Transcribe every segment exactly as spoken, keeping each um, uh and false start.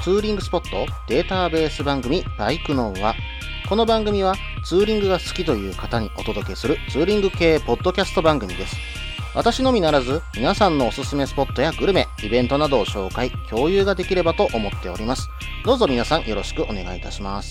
ツーリングスポットデータベース番組バイクノーは、この番組はツーリングが好きという方にお届けするツーリング系ポッドキャスト番組です。私のみならず皆さんのおすすめスポットやグルメ、イベントなどを紹介、共有ができればと思っております。どうぞ皆さんよろしくお願いいたします。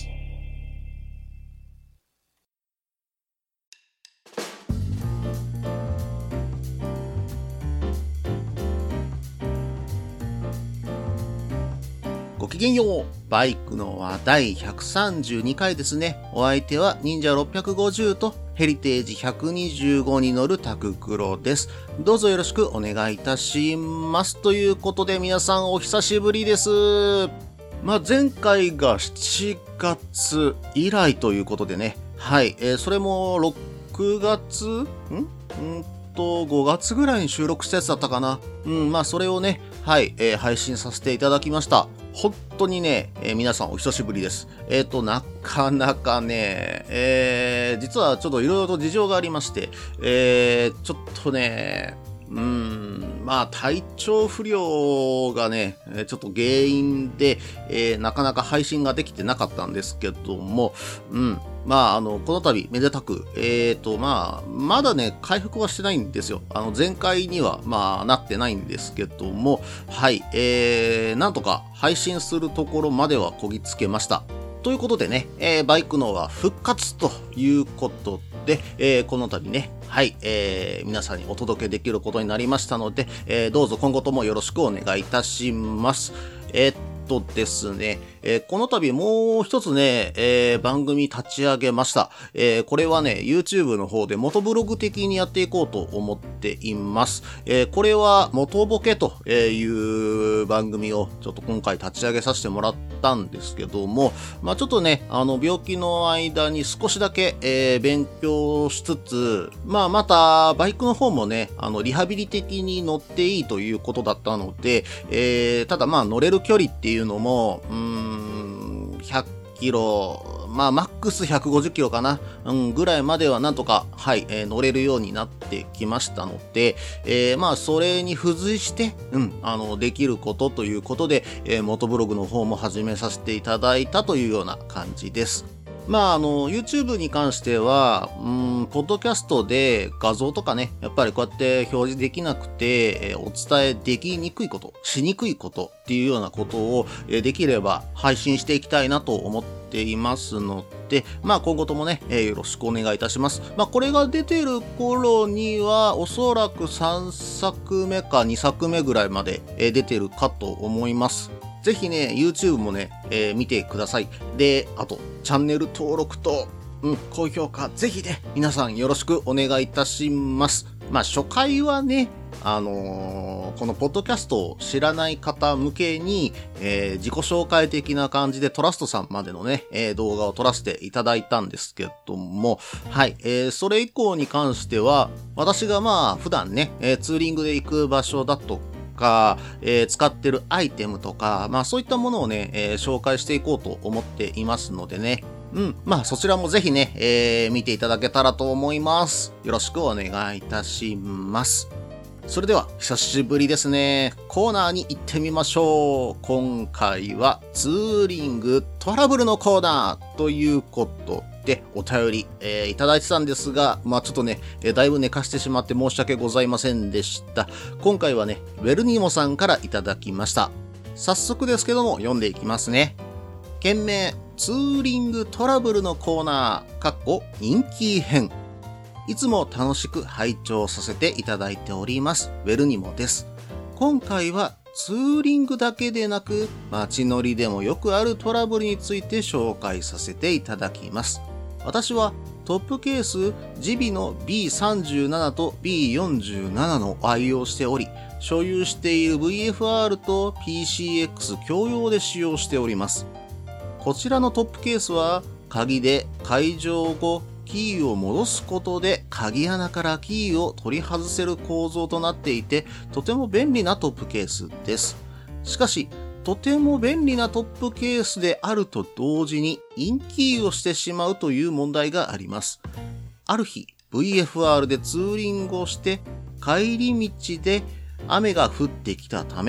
ごきげんよう。バイクのはだいひゃくさんじゅうにかいですね。お相手は忍者ろっぴゃくごじゅうとヘリテージひゃくにじゅうごに乗るタククロです。どうぞよろしくお願いいたします。ということで皆さんお久しぶりです。まあ、前回がしちがつ以来ということでね。はい。えー、それもろくがつんんとごがつぐらいに収録したやつだったかな。うん、まあそれをね、はい、えー、配信させていただきました。本当にね、えー、皆さんお久しぶりです。えっと、なかなかね、えー、実はちょっといろいろと事情がありまして、えー、ちょっとね、うーん、まあ体調不良がね、ちょっと原因で、えー、なかなか配信ができてなかったんですけども、うん。まあ、あの、この度、めでたく、えーと、まあ、まだね、回復はしてないんですよ。あの、前回には、まあ、なってないんですけども、はい、えー、なんとか配信するところまではこぎつけました。ということでね、えー、バイクのは復活ということで、えー、この度ね、はい、えー、皆さんにお届けできることになりましたので、えー、どうぞ今後ともよろしくお願いいたします。えーとですね、えー、この度もう一つね、えー、番組立ち上げました。えー、これはね、YouTube の方で元ブログ的にやっていこうと思っています。えー、これは元ボケという番組をちょっと今回立ち上げさせてもらったんですけども、まあちょっとね、あの病気の間に少しだけ、えー、勉強しつつ、まあまたバイクの方もね、あのリハビリ的に乗っていいということだったので、えー、ただまあ乗れる距離っていういうのも、うーん、ひゃっキロ、まあ、マックスひゃくごじゅっキロかな、うん、ぐらいまではなんとか、はい、えー、乗れるようになってきましたので、えー、まあ、それに付随して、うん、あの、できることということで、えー、元ブログの方も始めさせていただいたというような感じです。まあ、あの、YouTube に関しては、うん、ポッドキャストで画像とかね、やっぱりこうやって表示できなくて、えー、お伝えできにくいこと、しにくいことっていうようなことを、えー、できれば配信していきたいなと思っていますので、まあ今後ともね、えー、よろしくお願いいたします。まあこれが出てる頃には、おそらくさんさくめかにさくめぐらいまで、えー、出てるかと思います。ぜひね、YouTube もね、えー、見てください。で、あと、チャンネル登録と、うん、高評価、ぜひね、皆さんよろしくお願いいたします。まあ、初回はね、あのー、このポッドキャストを知らない方向けに、えー、自己紹介的な感じでトラストさんまでのね、えー、動画を撮らせていただいたんですけども、はい、えー、それ以降に関しては、私がまあ、普段ね、えー、ツーリングで行く場所だとか、えー、使ってるアイテムとか、まあそういったものをね、えー、紹介していこうと思っていますのでね。うん。まあそちらもぜひね、えー、見ていただけたらと思います。よろしくお願いいたします。それでは、久しぶりですね。コーナーに行ってみましょう。今回はツーリングトラブルのコーナーということで、でお便り、えー、いただいてたんですが、まあちょっとね、えー、だいぶ寝かしてしまって申し訳ございませんでした。今回はね、ウェルニモさんからいただきました。早速ですけども読んでいきますね。件名、ツーリングトラブルのコーナー、かっこ人気編。いつも楽しく拝聴させていただいております。ウェルニモです。今回はツーリングだけでなく、街乗りでもよくあるトラブルについて紹介させていただきます。私はトップケースジビの ビーさんじゅうなな と ビーよんじゅうなな の愛用しており、所有している ブイエフアール と ピーシーエックス 共用で使用しております。こちらのトップケースは鍵で解錠後、キーを戻すことで鍵穴からキーを取り外せる構造となっていて、とても便利なトップケースです。しかし、とても便利なトップケースであると同時にインキーをしてしまうという問題があります。ある日、ブイエフアール でツーリングをして帰り道で雨が降ってきたため、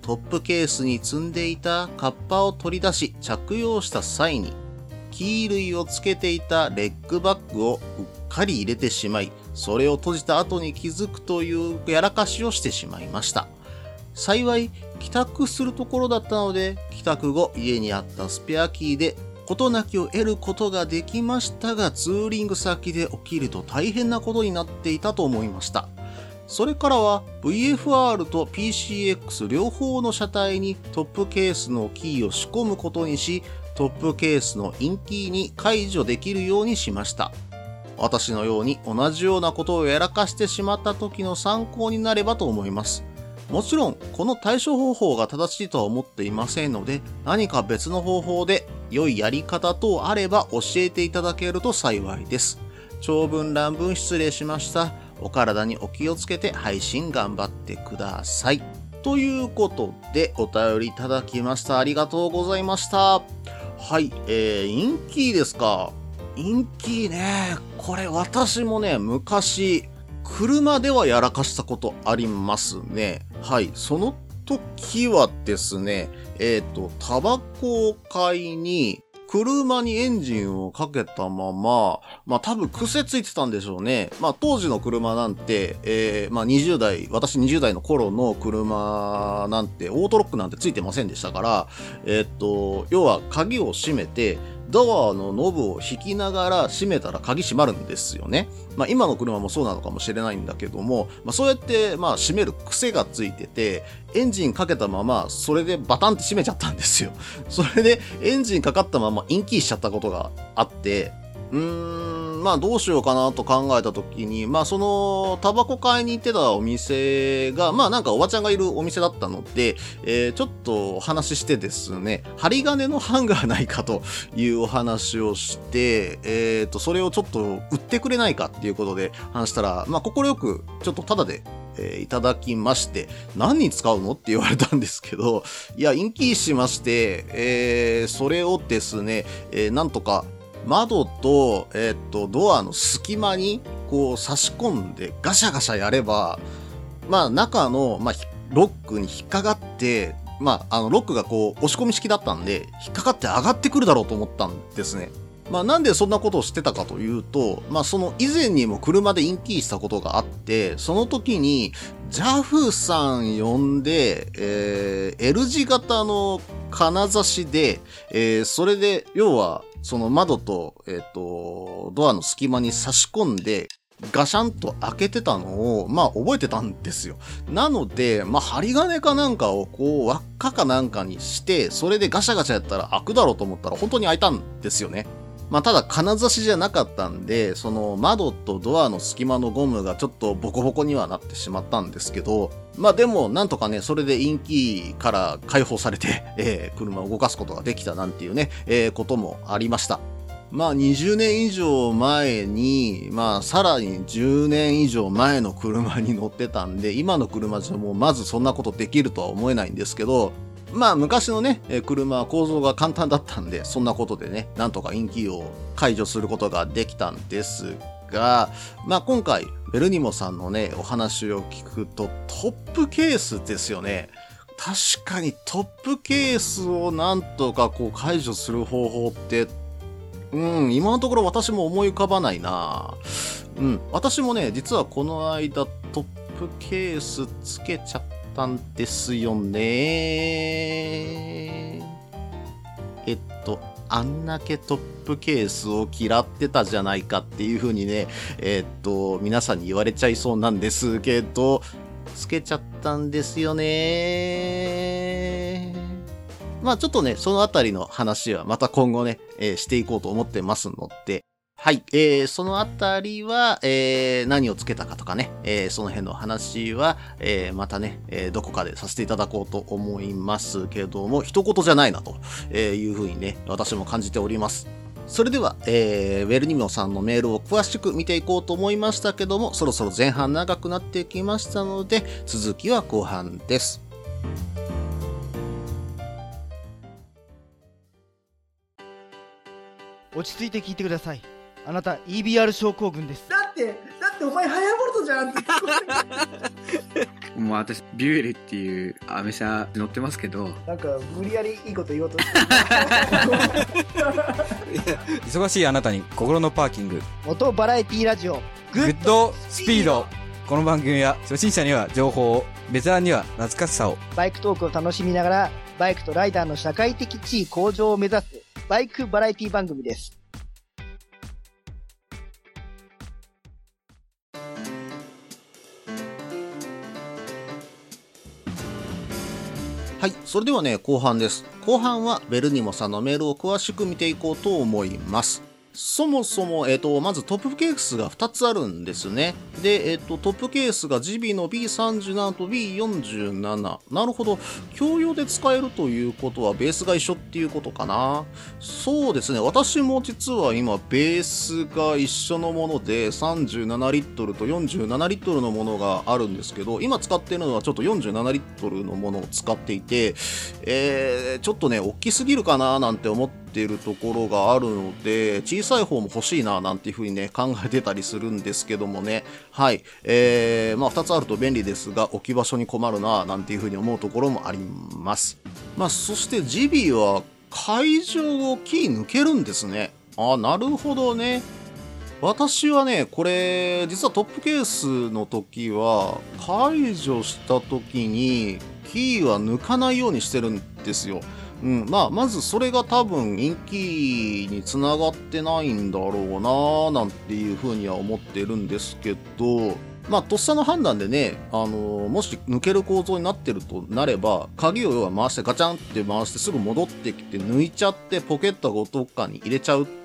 トップケースに積んでいたカッパを取り出し着用した際に、キー類をつけていたレッグバッグをうっかり入れてしまい、それを閉じた後に気づくというやらかしをしてしまいました。幸い、帰宅するところだったので、帰宅後家にあったスペアキーで事なきを得ることができましたが、ツーリング先で起きると大変なことになっていたと思いました。それからは ブイエフアール と ピーシーエックス 両方の車体にトップケースのキーを仕込むことにし、トップケースのインキーに解除できるようにしました。私のように同じようなことをやらかしてしまった時の参考になればと思います。もちろん、この対処方法が正しいとは思っていませんので、何か別の方法で良いやり方等あれば教えていただけると幸いです。長文乱文失礼しました。お体にお気をつけて配信頑張ってください。ということで、お便りいただきました。ありがとうございました。はい、えー、インキーですか。インキーね、これ私もね、昔、車ではやらかしたことありますね。はい。その時はですね、えっと、タバコを買いに、車にエンジンをかけたまま、まあ多分癖ついてたんでしょうね。まあ当時の車なんて、えー、まあにじゅう代、私にじゅう代の頃の車なんて、オートロックなんてついてませんでしたから、えっと、要は鍵を閉めて、ドアのノブを引きながら閉めたら鍵閉まるんですよね。まあ今の車もそうなのかもしれないんだけども、まあそうやってまあ閉める癖がついてて、エンジンかけたままそれでバタンって閉めちゃったんですよ。それでエンジンかかったままインキーしちゃったことがあって、うーん、まあどうしようかなと考えた時に、まあそのタバコ買いに行ってたお店が、まあなんかおばちゃんがいるお店だったので、えー、ちょっとお話ししてですね、針金のハンガーないかというお話をして、えーと、それをちょっと売ってくれないかっていうことで話したら、まあ快くちょっとタダでえー、いただきまして、何に使うのって言われたんですけど、いや、インキーしまして、えー、それをですね、えー、なんとか窓と、えー、っと、ドアの隙間にこう差し込んでガシャガシャやれば、まあ中の、まあ、ロックに引っかかって、まあ、あの、ロックがこう押し込み式だったんで、引っかかって上がってくるだろうと思ったんですね。まあなんでそんなことをしてたかというと、まあその以前にも車でインキーしたことがあって、その時に ジャフ さん呼んで、えー、L 字型の金差しで、えー、それで要はその窓と、えっと、ドアの隙間に差し込んで、ガシャンと開けてたのを、まあ覚えてたんですよ。なので、まあ針金かなんかをこう輪っかかなんかにして、それでガシャガシャやったら開くだろうと思ったら本当に開いたんですよね。まあただ金差しじゃなかったんで、その窓とドアの隙間のゴムがちょっとボコボコにはなってしまったんですけど、まあでもなんとかね、それでインキーから解放されて、えー、車を動かすことができたなんていうね、えー、こともありました。まあにじゅうねん以上前に、まあさらにじゅうねん以上前の車に乗ってたんで、今の車じゃもうまずそんなことできるとは思えないんですけど、まあ昔のね、車は構造が簡単だったんで、そんなことでね、なんとかインキーを解除することができたんですが、まあ今回、ベルニモさんのね、お話を聞くと、トップケースですよね。確かにトップケースをなんとかこう解除する方法って、うん、今のところ私も思い浮かばないな。うん、私もね、実はこの間トップケースつけちゃったんですよね。えっと、あんだけトップケースを嫌ってたじゃないかっていう風にね、えっと、皆さんに言われちゃいそうなんですけど、つけちゃったんですよね。まあちょっとね、そのあたりの話はまた今後ね、えー、していこうと思ってますので、はい、えー、そのあたりは、えー、何をつけたかとかね、えー、その辺の話は、えー、またね、えー、どこかでさせていただこうと思いますけども、一言じゃないなというふうにね、私も感じております。それでは、えー、ウェルニモさんのメールを詳しく見ていこうと思いましたけども、そろそろ前半長くなってきましたので、続きは後半です。 落ち着いて聞いてください。あなた イービーアール 症候群です。 だってだってお前ハヤボルトじゃんって聞こえるもう私ビュエルっていうアメ車乗ってますけど、 なんか無理やりいいこと言おうとして忙しいあなたに心のパーキング、 元バラエティラジオグッドスピード。この番組は初心者には情報を、ベテランには懐かしさを、 バイクトークを楽しみながらバイクとライダーの社会的地位向上を目指すバイクバラエティ番組です。 はい、それではね、後半です。後半はベルニモさんのメールを詳しく見ていこうと思います。そもそも、えっと、まずトップケースがふたつあるんですね。で、えっと、トップケースがジビの ビーさんじゅうなな と ビーよんじゅうなな。なるほど。共用で使えるということはベースが一緒っていうことかな。そうですね。私も実は今、ベースが一緒のもので、さんじゅうななリットルとよんじゅうななリットルのものがあるんですけど、今使っているのはちょっとよんじゅうななリットルのものを使っていて、えー、ちょっとね、大きすぎるかななんて思って、ているところがあるので、小さい方も欲しいななんていう風にね考えてたりするんですけどもね。はい、えー、まあふたつあると便利ですが、置き場所に困るななんていう風に思うところもあります。まあそしてジビは解錠をキー抜けるんですね。あ、なるほどね。私はね、これ実はトップケースの時は解除した時にキーは抜かないようにしてるんですよ。うん、まあまずそれが多分インキーにつながってないんだろうななんていうふうには思ってるんですけど、まあとっさの判断でね、あのー、もし抜ける構造になってるとなれば、鍵を要は回してガチャンって回してすぐ戻ってきて抜いちゃってポケットごとかに入れちゃうって、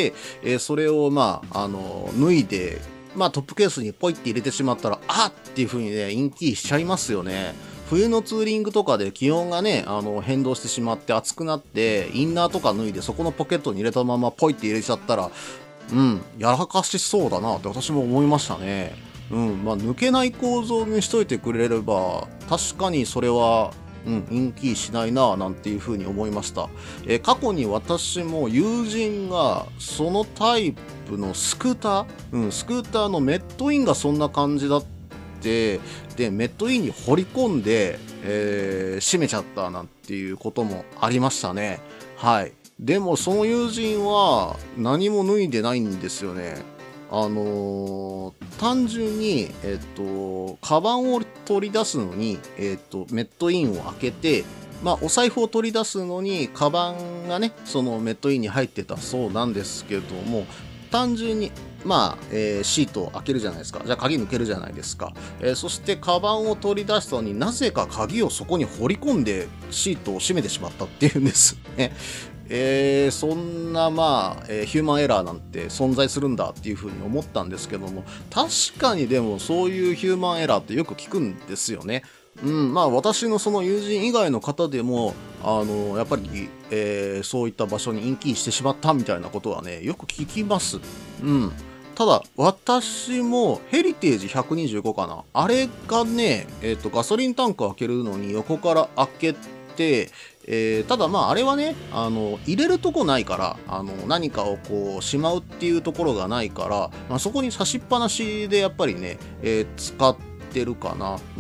えー、それをまああのー、脱いでまあトップケースにポイって入れてしまったら、あっっていう風にねインキーしちゃいますよね。冬のツーリングとかで気温がね、あの、変動してしまって暑くなって、インナーとか脱いでそこのポケットに入れたままポイって入れちゃったら、うん、やらかしそうだなって私も思いましたね。うん、まあ抜けない構造にしといてくれれば、確かにそれは、うん、インキーしないななんていう風に思いました。えー、過去に私も友人がそのタイプのスクーター、うん、スクーターのメットインがそんな感じだったでメットインに掘り込んで、えー、閉めちゃったなんていうこともありましたね。はい。でもその友人は何も脱いでないんですよね。あのー、単純に、えっと、カバンを取り出すのに、えっと、メットインを開けて、まあ、お財布を取り出すのに、カバンがね、そのメットインに入ってたそうなんですけども、単純に、まあ、えー、シートを開けるじゃないですか。じゃあ鍵抜けるじゃないですか。えー、そしてカバンを取り出したのになぜか鍵をそこに掘り込んでシートを閉めてしまったっていうんですね。えー、そんなまあ、えー、ヒューマンエラーなんて存在するんだっていうふうに思ったんですけども、確かにでもそういうヒューマンエラーってよく聞くんですよね。うん、まあ私のその友人以外の方でも、あの、やっぱり、えー、そういった場所にインキーしてしまったみたいなことはね、よく聞きます。うん。ただ、私もヘリテージひゃくにじゅうごかな。あれがね、えっと、ガソリンタンク開けるのに横から開けて、えー、ただまああれはね、あの、入れるとこないから、あの、何かをこう、しまうっていうところがないから、まあ、そこに差しっぱなしでやっぱりね、えー、使って、てるかな。うん、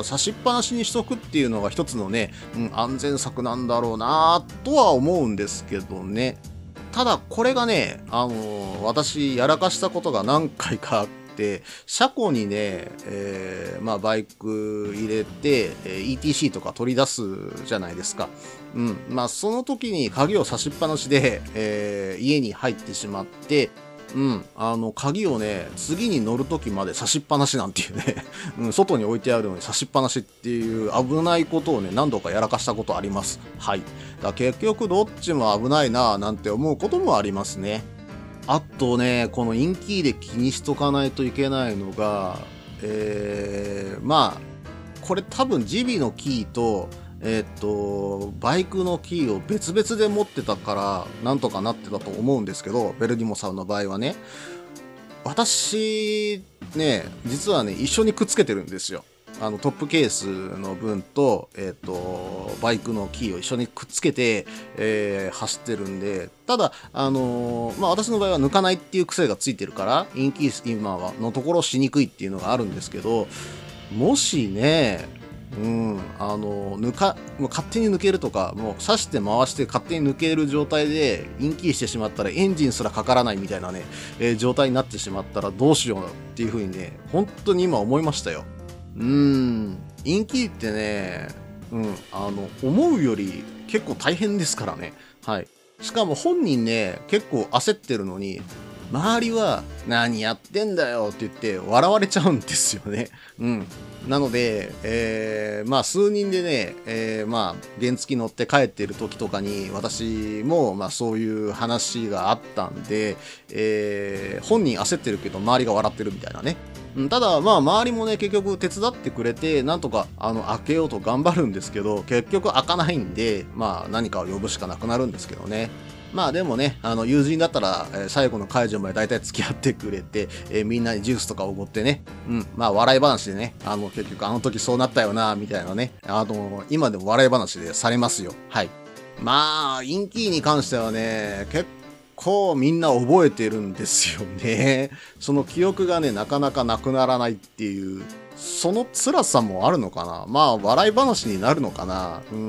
差しっぱなしにしとくっていうのが一つのね、うん、安全策なんだろうなとは思うんですけどね。ただこれがね、あのー、私やらかしたことが何回かあって、車庫にね、えー、まあバイク入れて イーティーシー とか取り出すじゃないですか。うん、まあその時に鍵を差しっぱなしで、えー、家に入ってしまって。うん、あの鍵をね次に乗る時まで差しっぱなしなんていうね、うん、外に置いてあるのに差しっぱなしっていう危ないことをね何度かやらかしたことあります。はい。だから結局どっちも危ないなぁなんて思うこともありますね。あとねこのインキーで気にしとかないといけないのが、えー、まあこれ多分ジビのキーとえっと、バイクのキーを別々で持ってたからなんとかなってたと思うんですけど、ベルニモさんの場合はね、私ね実はね一緒にくっつけてるんですよ。あのトップケースの分と、えっと、バイクのキーを一緒にくっつけて、えー、走ってるんで、ただあのー、まあ私の場合は抜かないっていう癖がついてるからインキー今はのところしにくいっていうのがあるんですけど、 もしね、うん、あの、抜か、もう勝手に抜けるとか、もう刺して回して勝手に抜ける状態でインキーしてしまったらエンジンすらかからないみたいなね、えー状態になってしまったらどうしようっていう風にね、本当に今思いましたよ。うーん、インキーってね、うん、あの、思うより結構大変ですからね。はい。しかも本人ね、結構焦ってるのに、周りは何やってんだよって言って笑われちゃうんですよね。うん。なので、えー、まあ数人でね、えー、まあ原付乗って帰ってる時とかに私もまあそういう話があったんで、えー、本人焦ってるけど周りが笑ってるみたいなね。うんただまあ周りもね結局手伝ってくれてなんとかあの開けようと頑張るんですけど結局開かないんでまあ何かを呼ぶしかなくなるんですけどね。まあでもね、あの友人だったら、えー最後の解除まで大体付き合ってくれて、えーみんなにジュースとかおごってね、うん、まあ笑い話でね、あの結局あの時そうなったよな、みたいなね、あの今でも笑い話でされますよ。はい。まあ、インキーに関してはね、結構みんな覚えてるんですよね。その記憶がね、なかなかなくならないっていう、その辛さもあるのかな。まあ、笑い話になるのかな。うん。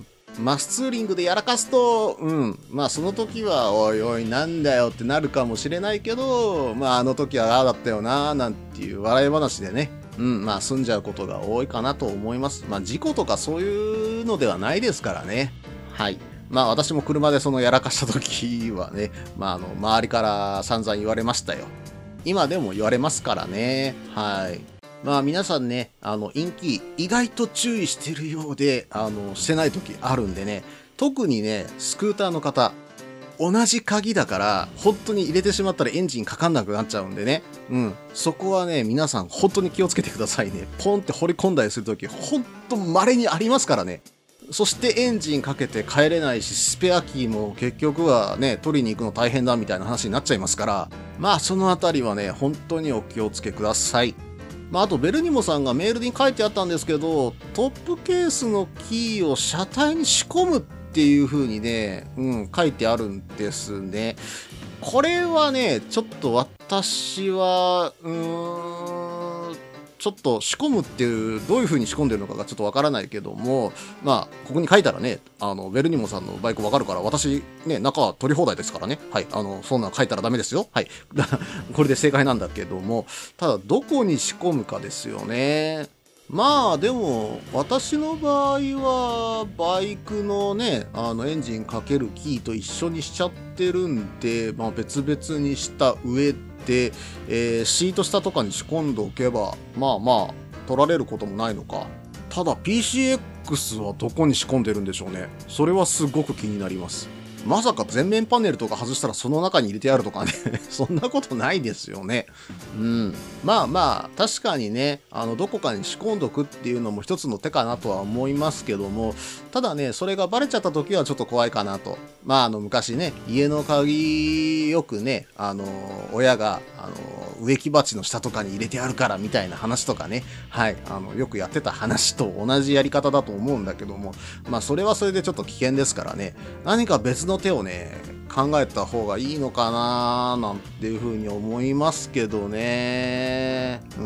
マスツーリングでやらかすと、うん。まあ、その時は、おいおい、なんだよってなるかもしれないけど、まあ、あの時はああだったよな、なんていう笑い話でね。うん、まあ、済んじゃうことが多いかなと思います。まあ、事故とかそういうのではないですからね。はい。まあ私も車でそのやらかした時はね、まああの周りから散々言われましたよ。今でも言われますからね。はい。まあ皆さんね、あのインキー意外と注意してるようで、あのしてない時あるんでね、特にね、スクーターの方、同じ鍵だから本当に入れてしまったらエンジンかかんなくなっちゃうんでね。うん。そこはね、皆さん本当に気をつけてくださいね。ポンって掘り込んだりするとき、本当稀にありますからね。そしてエンジンかけて帰れないし、スペアキーも結局はね、取りに行くの大変だみたいな話になっちゃいますから、まあそのあたりはね、本当にお気をつけください。まああとベルニモさんがメールに書いてあったんですけど、トップケースのキーを車体に仕込むっていう風にね、うん、書いてあるんですね。これはね、ちょっと私は、うーん、ちょっと仕込むっていう、どういう風に仕込んでるのかがちょっとわからないけども、まあ、ここに書いたらね、あの、ベルニモさんのバイクわかるから、私、ね、中は取り放題ですからね。はい。あの、そんなの書いたらダメですよ。はい。これで正解なんだけども、ただ、どこに仕込むかですよね。まあでも私の場合はバイクのねあのエンジンかけるキーと一緒にしちゃってるんで、まあ、別々にした上で、えーシート下とかに仕込んでおけばまあまあ取られることもないのか。ただ ピーシーエックス はどこに仕込んでるんでしょうね。それはすごく気になります。まさか前面パネルとか外したらその中に入れてあるとかねそんなことないですよね。うん。まあまあ、確かにね、あの、どこかに仕込んどくっていうのも一つの手かなとは思いますけども、ただね、それがバレちゃった時はちょっと怖いかなと。まあ、あの、昔ね、家の鍵よくね、あの、親が、あの、植木鉢の下とかに入れてあるからみたいな話とかね、はい、あの、よくやってた話と同じやり方だと思うんだけども、まあ、それはそれでちょっと危険ですからね、何か別の手をね、考えた方がいいのかななんていうふうに思いますけどね。うん。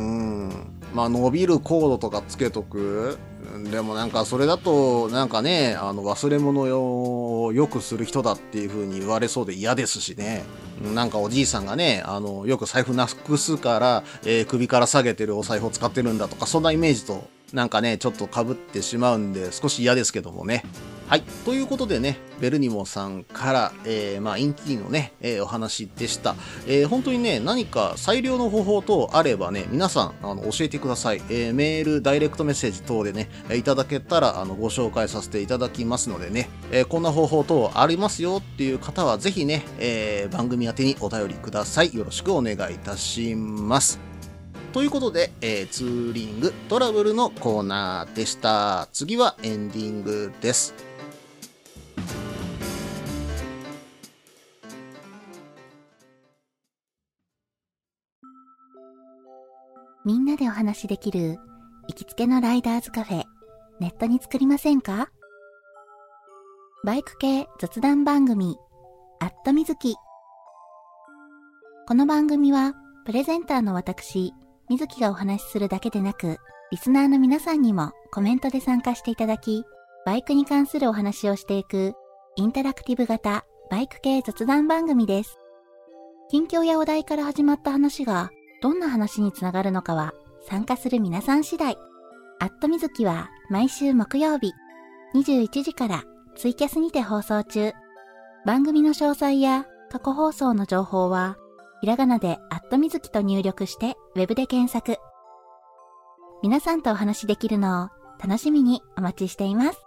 まあ伸びるコードとかつけとく。でもなんかそれだとなんかね、あの忘れ物をよくする人だっていうふうに言われそうで嫌ですしね。なんかおじいさんがね、あのよく財布なくすから、えー首から下げてるお財布を使ってるんだとかそんなイメージとなんかねちょっと被ってしまうんで少し嫌ですけどもね。はい。ということでね、ベルニモさんから、えー、まあ、インキーのね、えー、お話でした。えー、本当にね、何か最良の方法等あればね、皆さん、あの、教えてください。えー、メール、ダイレクトメッセージ等でね、いただけたら、あの、ご紹介させていただきますのでね、えー、こんな方法等ありますよっていう方は、ぜひね、えー、番組宛てにお便りください。よろしくお願いいたします。ということで、えー、ツーリングトラブルのコーナーでした。次はエンディングです。 みんなでお話しできる行きつけのライダーズカフェ、ネットに作りませんか？バイク系雑談番組、アットみずき。この番組はプレゼンターの私、みずきがお話しするだけでなく、 リスナーの皆さんにもコメントで参加していただき、バイクに関するお話をしていくインタラクティブ型バイク系雑談番組です。近況やお題から始まった話がどんな話につながるのかは参加する皆さん次第。アットみずきは毎週木曜日にじゅういちじからツイキャスにて放送中。番組の詳細や過去放送の情報はひらがなでアットみずきと入力してウェブで検索。皆さんとお話しできるのを楽しみにお待ちしています。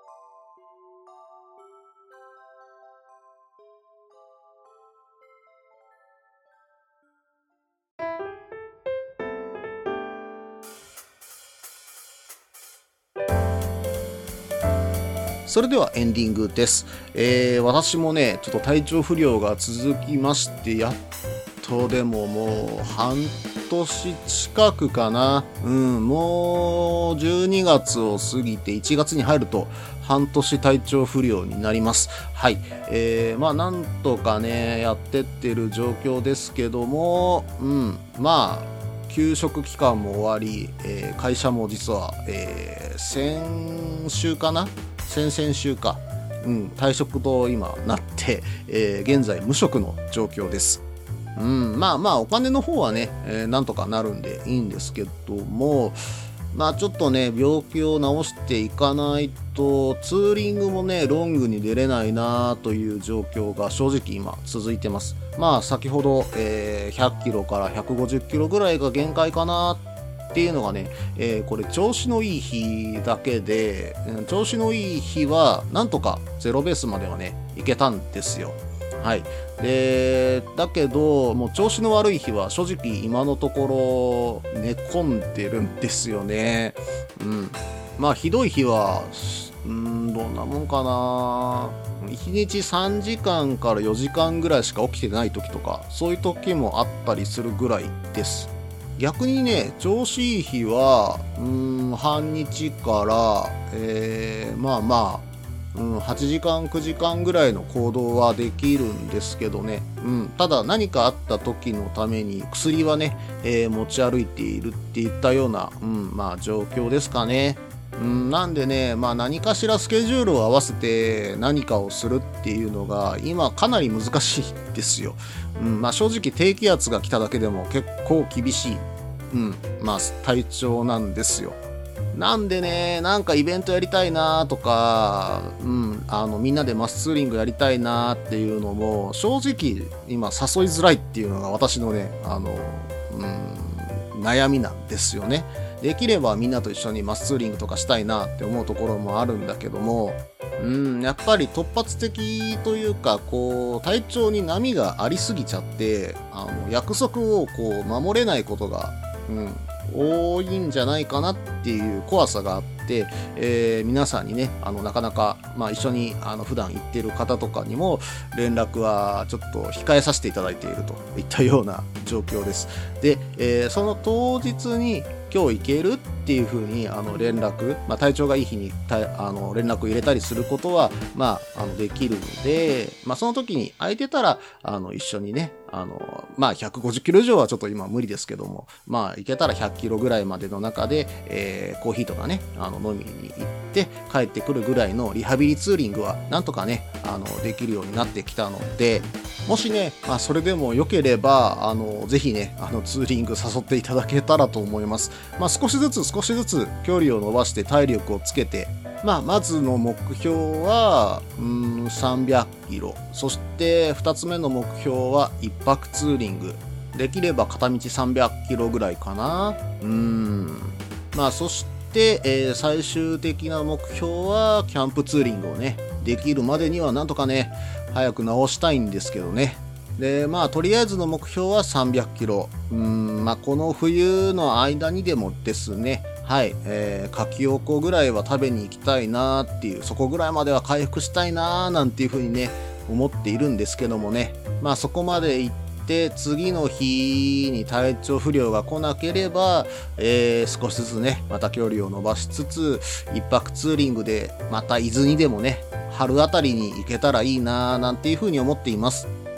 それではエンディングです。えー、私もね、ちょっと体調不良が続きまして、やっとでももう半年近くかな。うん、もうじゅうにがつを過ぎていちがつに入ると半年体調不良になります。はい。えー、まあなんとかね、やってってる状況ですけども、うん、まあ、休職期間も終わり、えー、会社も実は、えー、先週かな先々週か、うん、退職と今なって、えー、現在無職の状況です。うん、まあまあお金の方はね、えー、なんとかなるんでいいんですけども、まあちょっとね病気を治していかないとツーリングもねロングに出れないなという状況が正直今続いてます。まあ先ほど、えー、ひゃっキロからひゃくごじゅっキロぐらいが限界かなっていうのがね、えー、これ調子のいい日だけで、調子のいい日はなんとかゼロベースまではねいけたんですよ。はい。でだけどもう調子の悪い日は正直今のところ寝込んでるんですよね。うん。まあひどい日はうーんどんなもんかないちにちさんじかんからよじかんぐらいしか起きてない時とかそういう時もあったりするぐらいです。逆にね調子いい日はうーん半日から、えー、まあまあ、うん、はちじかんくじかんぐらいの行動はできるんですけどね、うん、ただ何かあった時のために薬はね、えー、持ち歩いているっていったような、うん、まあ状況ですかね。うん、なんでね、まあ、何かしらスケジュールを合わせて何かをするっていうのが今かなり難しいですよ。うんまあ、正直低気圧が来ただけでも結構厳しい、うんまあ、体調なんですよ。なんでね、なんかイベントやりたいなとか、うん、あのみんなでマスツーリングやりたいなっていうのも正直今誘いづらいっていうのが私のね、あの、うん、悩みなんですよね。できればみんなと一緒にマスツーリングとかしたいなって思うところもあるんだけども、うん、やっぱり突発的というかこう体調に波がありすぎちゃってあの約束をこう守れないことが、うん、多いんじゃないかなっていう怖さがあって、えー、皆さんにねあのなかなか、まあ、一緒にあの普段行っている方とかにも連絡はちょっと控えさせていただいているといったような状況です。で、えー、その当日に今日行けるっていう風にあの連絡、まあ、体調がいい日にたあの連絡入れたりすることは、まあ、あのできるので、まあ、その時に空いてたらあの一緒にねあの、まあ、ひゃくごじゅっキロ以上はちょっと今無理ですけども、まあ、行けたらひゃっキロぐらいまでの中で、えー、コーヒーとかねあの飲みに行って帰ってくるぐらいのリハビリツーリングはなんとかねあのできるようになってきたので、もしね、まあ、それでも良ければあのぜひねあのツーリング誘っていただけたらと思います。まあ、少しずつ少しずつ距離を伸ばして体力をつけて、まあ、まずの目標はうーんさんびゃっキロ、そしてふたつめの目標はいっぱくツーリング、できれば片道さんびゃっキロぐらいかな。うーんまあそしてえー、最終的な目標はキャンプツーリングをねできるまでにはなんとかね早く直したいんですけどね。でまあとりあえずの目標はさんびゃっキロ、うーんまあこの冬の間にでもですね、はい、えー、柿おこぐらいは食べに行きたいなっていう、そこぐらいまでは回復したいななんていう風にね思っているんですけどもね、まあそこまで行ってで次の日に体調不良が来なければ、えー、少しずつねまた距離を伸ばしつつ一泊ツーリングでまた伊豆にでもね春あたりに行けたらいいななんていう風に思っています。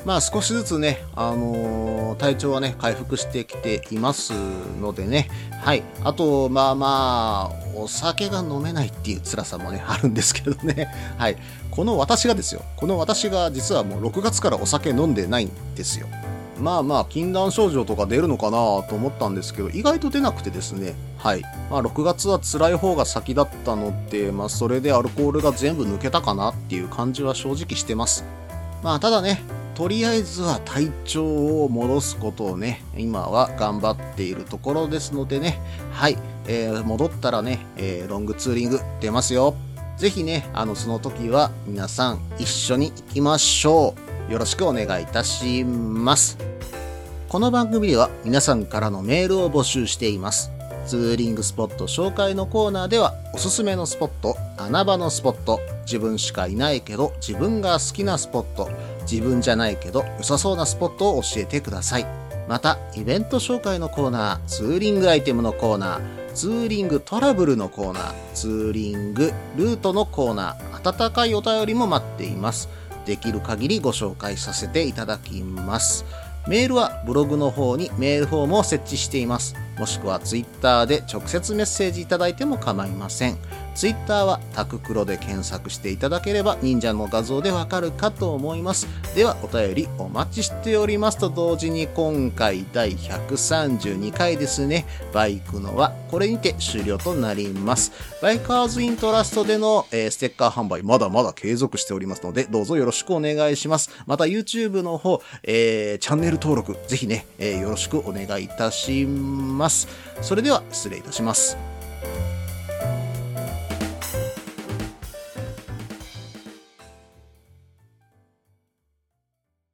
まあ少しずつね、あのー、体調はね、回復してきていますのでね。はい。あと、まあまあ、お酒が飲めないっていう辛さもね、あるんですけどね。はい。この私がですよ。この私が実はもうろくがつからお酒飲んでないんですよ。まあまあ、禁断症状とか出るのかなと思ったんですけど、意外と出なくてですね。はい。まあ、ろくがつは辛い方が先だったので、まあ、それでアルコールが全部抜けたかなっていう感じは正直してます。まあ、ただね、とりあえずは体調を戻すことをね、今は頑張っているところですのでね。はい。えー、戻ったらね、えー、ロングツーリング出ますよ。ぜひね、あの、その時は皆さん一緒に行きましょう。よろしくお願いいたします。この番組では皆さんからのメールを募集しています。ツーリングスポット紹介のコーナーでは、おすすめのスポット、穴場のスポット、自分しかいないけど自分が好きなスポット、自分じゃないけど良さそうなスポットを教えてください。また、イベント紹介のコーナー、ツーリングアイテムのコーナー、ツーリングトラブルのコーナー、ツーリングルートのコーナー、温かいお便りも待っています。できる限りご紹介させていただきます。メールはブログの方にメールフォームを設置しています。もしくはツイッターで直接メッセージいただいても構いません。ツイッターはタククロで検索していただければ忍者の画像でわかるかと思います。ではお便りお待ちしておりますと同時に、今回だいひゃくさんじゅうにかいですね、バイクのはこれにて終了となります。バイカーズイントラストでの、えー、ステッカー販売まだまだ継続しておりますので、どうぞよろしくお願いします。また YouTube の方、えー、チャンネル登録ぜひね、えー、よろしくお願いいたします。それでは失礼いたします。